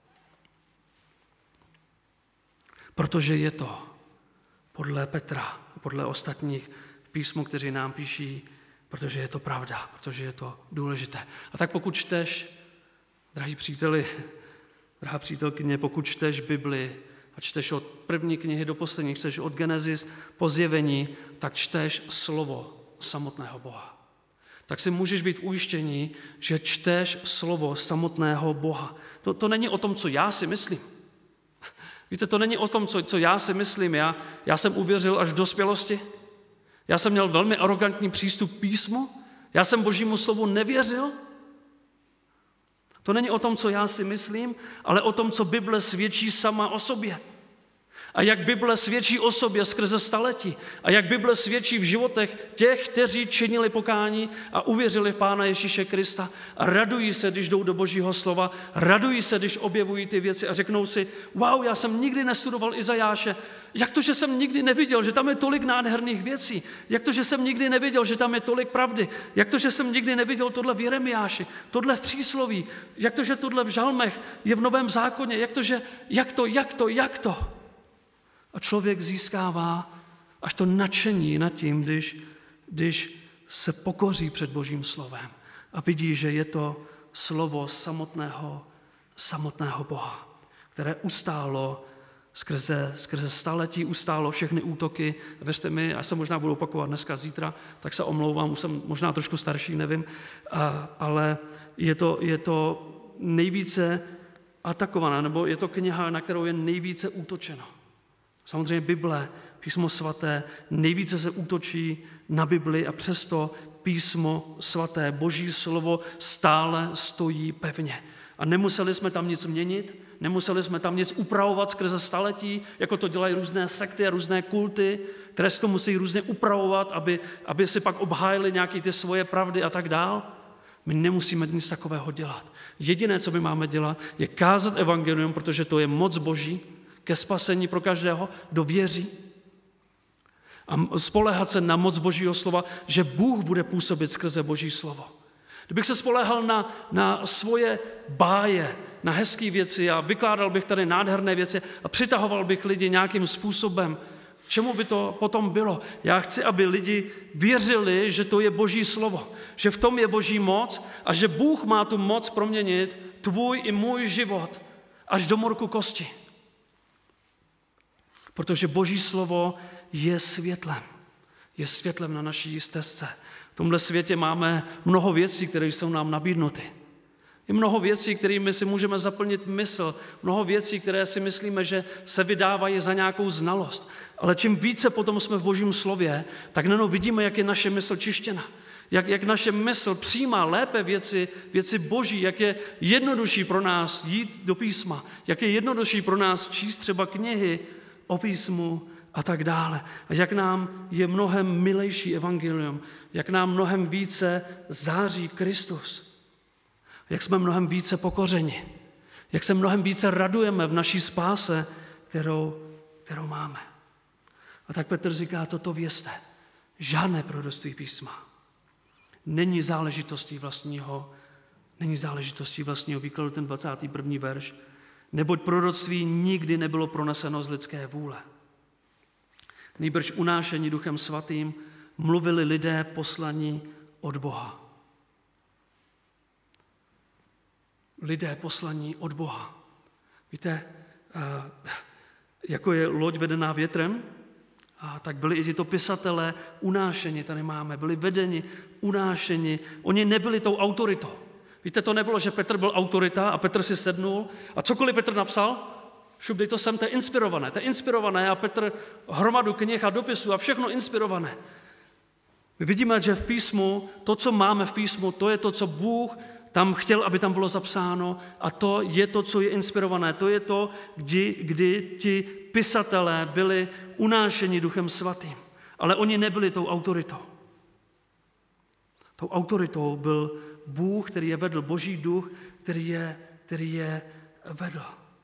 Protože je to podle Petra, podle ostatních v písmu, kteří nám píší, protože je to pravda, protože je to důležité. A tak pokud čteš, drahí příteli, drahá přítelkyně, pokud čteš Bibli a čteš od první knihy do poslední, čteš od Genesis po Zjevení, tak čteš slovo samotného Boha. Tak si můžeš být v ujištění, že čteš slovo samotného Boha. To není o tom, co já si myslím. Víte, to není o tom, co já si myslím. Já jsem uvěřil až v dospělosti. Já jsem měl velmi arrogantní přístup k písmu. Já jsem Božímu slovu nevěřil. To není o tom, co já si myslím, ale o tom, co Bible svědčí sama o sobě. A jak Bible svědčí o sobě skrze staletí. A jak Bible svědčí v životech těch, kteří činili pokání a uvěřili v Pána Ježíše Krista. A radují se, když jdou do Božího slova. Radují se, když objevují ty věci a řeknou si, wow, já jsem nikdy nestudoval Izajáše. Jak to, že jsem nikdy neviděl, že tam je tolik nádherných věcí? Jak to, že jsem nikdy neviděl, že tam je tolik pravdy? Jak to, že jsem nikdy neviděl tohle v Jeremiáši, tohle v přísloví? Jak to, že tohle v žalmech je v Novém zákoně? Jak to? A člověk získává až to nadšení nad tím, když se pokoří před Božím slovem a vidí, že je to slovo samotného Boha, které ustálo skrze staletí, ustálo všechny útoky. Věřte mi, já se možná budu opakovat dneska, zítra, tak se omlouvám, už jsem možná trošku starší, nevím, ale je to nejvíce atakovaná, nebo je to kniha, na kterou je nejvíce útočeno. Samozřejmě Bible, písmo svaté, nejvíce se útočí na Bibli a přesto písmo svaté, Boží slovo stále stojí pevně. A nemuseli jsme tam nic měnit, nemuseli jsme tam nic upravovat skrze staletí, jako to dělají různé sekty a různé kulty, které si to musí různě upravovat, aby si pak obhájili nějaké ty svoje pravdy a tak dál. My nemusíme nic takového dělat. Jediné, co my máme dělat, je kázat evangelium, protože to je moc Boží, ke spasení pro každého, kdo věří. A spoléhat se na moc Božího slova, že Bůh bude působit skrze Boží slovo. Kdybych se spoléhal na svoje báje, na hezké věci a vykládal bych tady nádherné věci a přitahoval bych lidi nějakým způsobem, čemu by to potom bylo? Já chci, aby lidi věřili, že to je Boží slovo, že v tom je Boží moc a že Bůh má tu moc proměnit tvůj i můj život až do morku kosti. Protože Boží slovo je světlem. Je světlem na naší stezce. V tomhle světě máme mnoho věcí, které jsou nám nabídnuty. Je mnoho věcí, kterými si můžeme zaplnit mysl. Mnoho věcí, které si myslíme, že se vydávají za nějakou znalost. Ale čím více potom jsme v Božím slově, tak najednou vidíme, jak je naše mysl čištěna. Jak naše mysl přijímá lépe věci Boží, jak je jednodušší pro nás jít do písma, jak je jednodušší pro nás číst třeba knihy o písmu a tak dále. A jak nám je mnohem milejší evangelium, jak nám mnohem více září Kristus. Jak jsme mnohem více pokořeni. Jak se mnohem více radujeme v naší spáse, kterou máme. A tak Petr říká, toto vězte. Žádné proroctví písma. Není záležitostí vlastního výkladu, ten 21. verš. Neboť proroctví nikdy nebylo proneseno z lidské vůle. Nýbrž unášení Duchem Svatým mluvili lidé poslaní od Boha. Lidé poslaní od Boha. Víte, jako je loď vedená větrem, tak byli i tyto pisatelé unášeni, tady máme, byli vedeni, unášeni. Oni nebyli tou autoritou. Víte, to nebylo, že Petr byl autorita a Petr si sednul a cokoliv Petr napsal, šup, dej to sem, to je inspirované a Petr hromadu knih a dopisů a všechno inspirované. My vidíme, že v písmu, to, co máme v písmu, to je to, co Bůh tam chtěl, aby tam bylo zapsáno a to je to, co je inspirované. To je to, kdy ti pisatelé byli unášeni Duchem Svatým. Ale oni nebyli tou autoritou. Tou autoritou byl Bůh, který je vedl, Boží duch, který je vedl.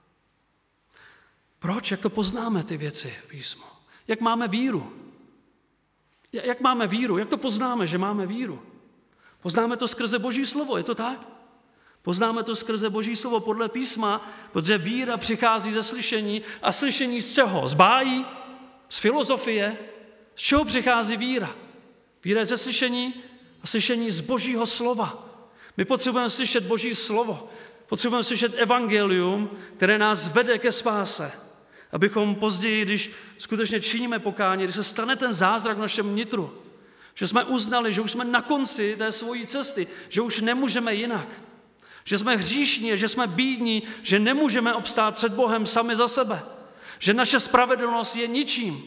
Proč? Jak to poznáme, ty věci v písmu? Jak máme víru? Jak máme víru? Jak to poznáme, že máme víru? Poznáme to skrze Boží slovo, je to tak? Poznáme to skrze Boží slovo podle písma, protože víra přichází ze slyšení a slyšení z čeho? Z bájí? Z filozofie? Z čeho přichází víra? Víra je ze slyšení a slyšení z Božího slova. My potřebujeme slyšet Boží slovo. Potřebujeme slyšet evangelium, které nás vede ke spáse. Abychom později, když skutečně činíme pokání, když se stane ten zázrak v našem nitru, že jsme uznali, že už jsme na konci té svojí cesty, že už nemůžeme jinak, že jsme hříšní, že jsme bídní, že nemůžeme obstát před Bohem sami za sebe, že naše spravedlnost je ničím,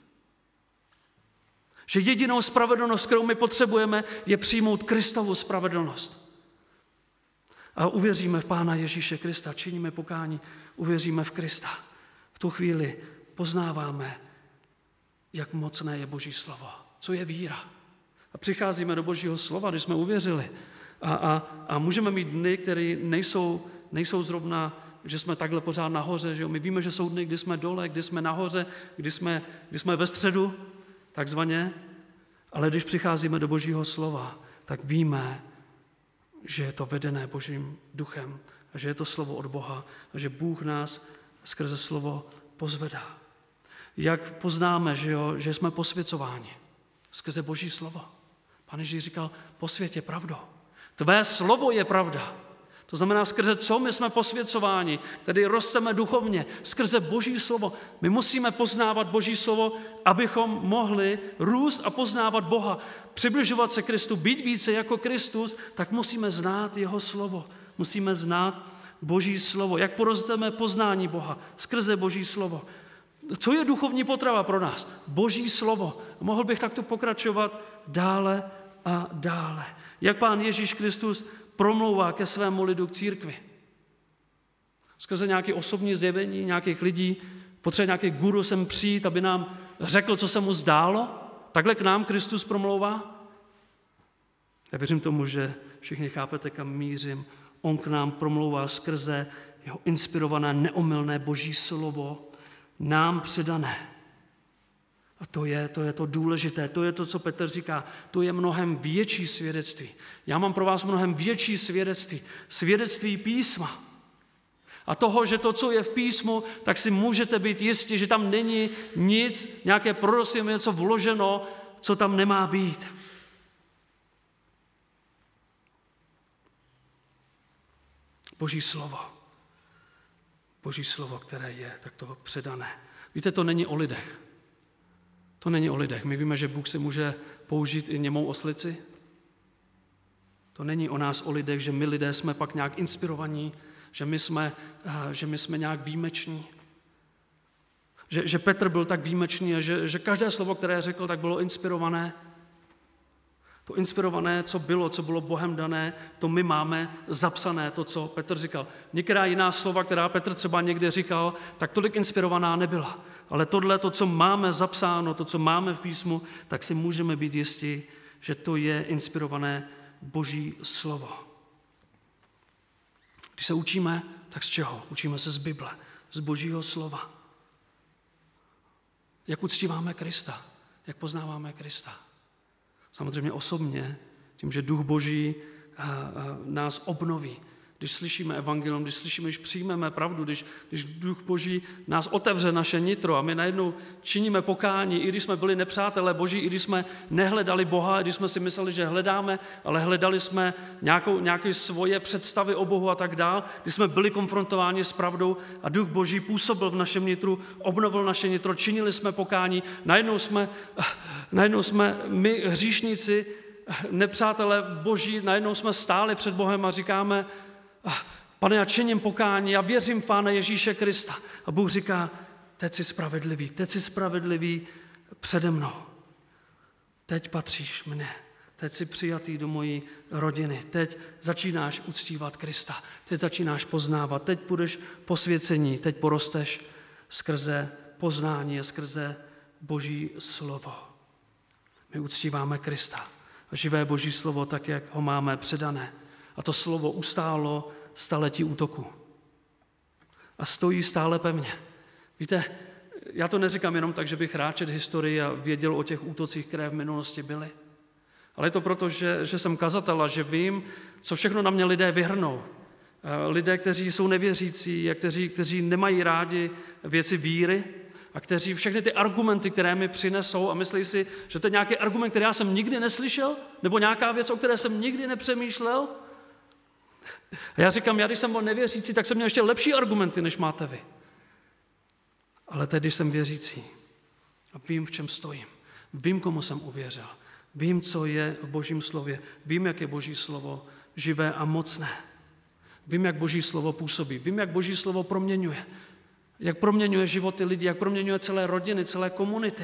že jedinou spravedlnost, kterou my potřebujeme, je přijmout Kristovu spravedlnost. A uvěříme v Pána Ježíše Krista, činíme pokání, uvěříme v Krista. V tu chvíli poznáváme, jak mocné je Boží slovo. Co je víra? A přicházíme do Božího slova, když jsme uvěřili. A můžeme mít dny, které nejsou zrovna, že jsme takhle pořád nahoře. Že jo? My víme, že jsou dny, kdy jsme dole, kdy jsme nahoře, kdy jsme ve středu, takzvaně. Ale když přicházíme do Božího slova, tak víme, že je to vedené Božím duchem a že je to slovo od Boha a že Bůh nás skrze slovo pozvedá. Jak poznáme, že jsme posvěcováni? Skrze Boží slovo. Pán Ježíš říkal, posvěť je pravdou. Tvé slovo je pravda. To znamená, skrze co my jsme posvěcováni, tedy rosteme duchovně, skrze Boží slovo. My musíme poznávat Boží slovo, abychom mohli růst a poznávat Boha, přibližovat se Kristu, být více jako Kristus, tak musíme znát jeho slovo. Musíme znát Boží slovo. Jak porosteme poznání Boha? Skrze Boží slovo. Co je duchovní potrava pro nás? Boží slovo. Mohl bych takto pokračovat dále a dále. Jak Pán Ježíš Kristus promlouvá ke svému lidu, k církvi. Skrze nějaké osobní zjevení nějakých lidí, potřebuje nějaký guru sem přijít, aby nám řekl, co se mu zdálo. Takhle k nám Kristus promlouvá. Já věřím tomu, že všichni chápete, kam mířím. On k nám promlouvá skrze jeho inspirované, neomylné Boží slovo, nám předané. A to je to důležité, to je to, co Petr říká, to je mnohem větší svědectví. Já mám pro vás mnohem větší svědectví, svědectví písma. A toho, že to, co je v písmu, tak si můžete být jistí, že tam není nic, nějaké proroctví, něco vloženo, co tam nemá být. Boží slovo, které je takto předané. Víte, to není o lidech. To není o lidech. My víme, že Bůh si může použít i němou oslici. To není o nás, o lidech, že my lidé jsme pak nějak inspirovaní, že my jsme nějak výjimeční. Že Petr byl tak výjimečný a že každé slovo, které řekl, tak bylo inspirované. To inspirované, co bylo Bohem dané, to my máme zapsané, to, co Petr říkal. Některá jiná slova, která Petr třeba někde říkal, tak tolik inspirovaná nebyla. Ale tohle, to, co máme zapsáno, to, co máme v písmu, tak si můžeme být jistí, že to je inspirované Boží slovo. Když se učíme, tak z čeho? Učíme se z Bible, z Božího slova. Jak uctíváme Krista, jak poznáváme Krista. Samozřejmě osobně, tím, že Duch Boží nás obnoví. Když slyšíme evangelium, když slyšíme, když přijmeme pravdu, když Duch Boží nás otevře naše nitro a my najednou činíme pokání, i když jsme byli nepřátelé Boží, i když jsme nehledali Boha, i když jsme si mysleli, že hledáme, ale hledali jsme nějaké svoje představy o Bohu a tak dál, když jsme byli konfrontováni s pravdou a Duch Boží působil v našem nitru, obnovil naše nitro, činili jsme pokání, najednou jsme my hříšníci, nepřátelé Boží, najednou jsme stáli před Bohem a říkáme: Pane, já činím pokání, já věřím v Pána Ježíše Krista. A Bůh říká: teď jsi spravedlivý přede mnou. Teď patříš mně, teď jsi přijatý do mojí rodiny, teď začínáš uctívat Krista, teď začínáš poznávat, teď budeš posvěcení, teď porosteš skrze poznání a skrze Boží slovo. My uctíváme Krista a živé Boží slovo tak, jak ho máme předané. A to slovo ustálo staletí útoku. A stojí stále pevně. Víte, já to neříkám jenom tak, že bych rád četl historii a věděl o těch útocích, které v minulosti byly. Ale je to proto, že jsem kazatel a že vím, co všechno na mě lidé vyhrnou. Lidé, kteří jsou nevěřící a kteří nemají rádi věci víry a kteří všechny ty argumenty, které mi přinesou a myslí si, že to je nějaký argument, který já jsem nikdy neslyšel, nebo nějaká věc, o které jsem nikdy nepřemýšlel. A já říkám, když jsem byl nevěřící, tak jsem měl ještě lepší argumenty, než máte vy. Ale teď, když jsem věřící a vím, v čem stojím, vím, komu jsem uvěřil, vím, co je v Božím slově, vím, jak je Boží slovo živé a mocné. Vím, jak Boží slovo působí, vím, jak Boží slovo proměňuje, jak proměňuje životy lidí, jak proměňuje celé rodiny, celé komunity.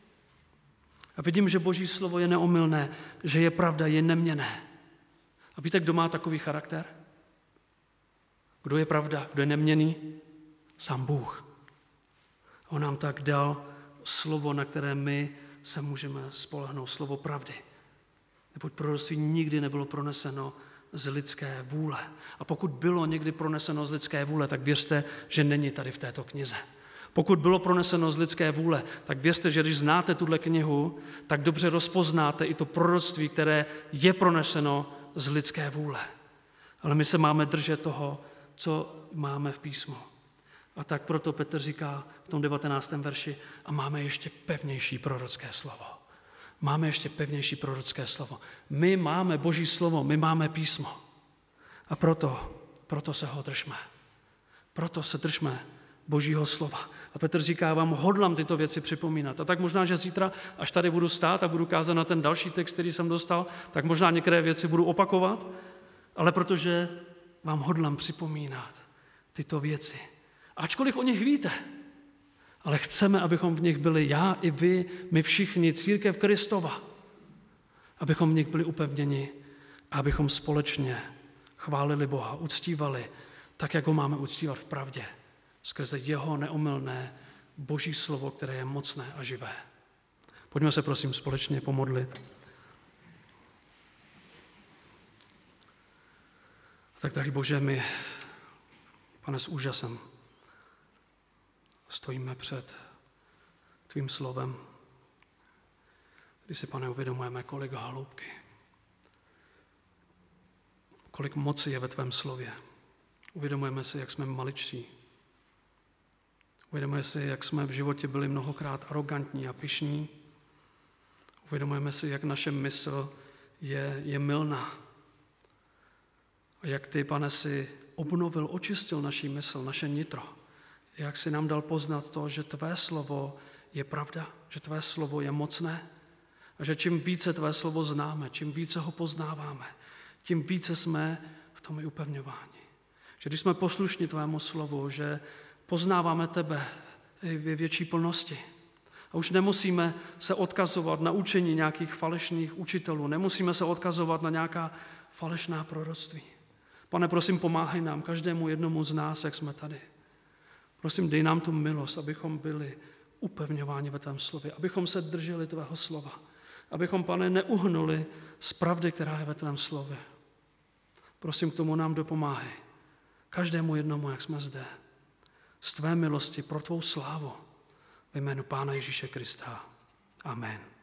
A vidím, že Boží slovo je neomylné, že je pravda, je neměnné. A víte, kdo má takový charakter? Kdo je pravda, kdo je neměnný? Sám Bůh. On nám tak dal slovo, na které my se můžeme spolehnout, slovo pravdy. Neboť proroctví nikdy nebylo proneseno z lidské vůle. A pokud bylo někdy proneseno z lidské vůle, tak věřte, že není tady v této knize. Pokud bylo proneseno z lidské vůle, tak věřte, že když znáte tuhle knihu, tak dobře rozpoznáte i to proroctví, které je proneseno z lidské vůle. Ale my se máme držet toho, co máme v písmu. A tak proto Petr říká v tom 19. verši: a máme ještě pevnější prorocké slovo. Máme ještě pevnější prorocké slovo. My máme Boží slovo, my máme písmo. A proto se ho držme. Proto se držme Božího slova. A Petr říká, vám hodlám tyto věci připomínat. A tak možná, že zítra, až tady budu stát a budu kázat na ten další text, který jsem dostal, tak možná některé věci budu opakovat, ale protože vám hodlám připomínat tyto věci. Ačkoliv o nich víte, ale chceme, abychom v nich byli já i vy, my všichni, církev Kristova, abychom v nich byli upevněni a abychom společně chválili Boha, uctívali tak, jak ho máme uctívat v pravdě, skrze jeho neomylné Boží slovo, které je mocné a živé. Pojďme se prosím společně pomodlit. Tak, drahý Bože, my, Pane, s úžasem stojíme před tvým slovem, kdy si, Pane, uvědomujeme, kolik hloubky, kolik moci je ve tvém slově. Uvědomujeme si, jak jsme maličcí. Uvědomujeme si, jak jsme v životě byli mnohokrát arrogantní a pyšní. Uvědomujeme si, jak naše mysl je mylná. A jak ty, Pane, si obnovil, očistil naši mysl, naše nitro. Jak si nám dal poznat to, že tvé slovo je pravda, že tvé slovo je mocné a že čím více tvé slovo známe, čím více ho poznáváme, tím více jsme v tom i upevňováni. Že když jsme poslušní tvému slovu, že poznáváme tebe ve větší plnosti. A už nemusíme se odkazovat na učení nějakých falešných učitelů, nemusíme se odkazovat na nějaká falešná proroctví. Pane, prosím, pomáhej nám, každému jednomu z nás, jak jsme tady. Prosím, dej nám tu milost, abychom byli upevňováni ve tvém slově, abychom se drželi tvého slova, abychom, Pane, neuhnuli z pravdy, která je ve tvém slově. Prosím, k tomu nám dopomáhej. každému jednomu, jak jsme zde. Z tvé milosti pro tvou slávu. Ve jménu Pána Ježíše Krista. Amen.